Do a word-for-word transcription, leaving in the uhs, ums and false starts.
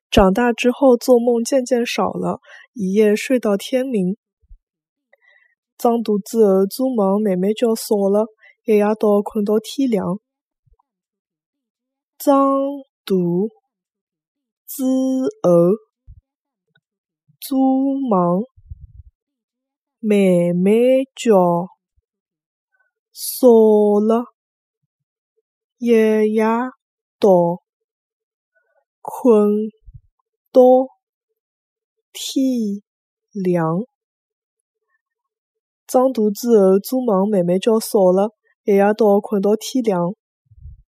长大之后做梦渐渐少了，一夜睡到天明。长大之后做梦慢慢叫少了，一夜到困到天亮。长大之后做梦慢慢叫少了，一夜到困到天亮。长大之后做梦慢慢叫少了，一夜到困到天亮。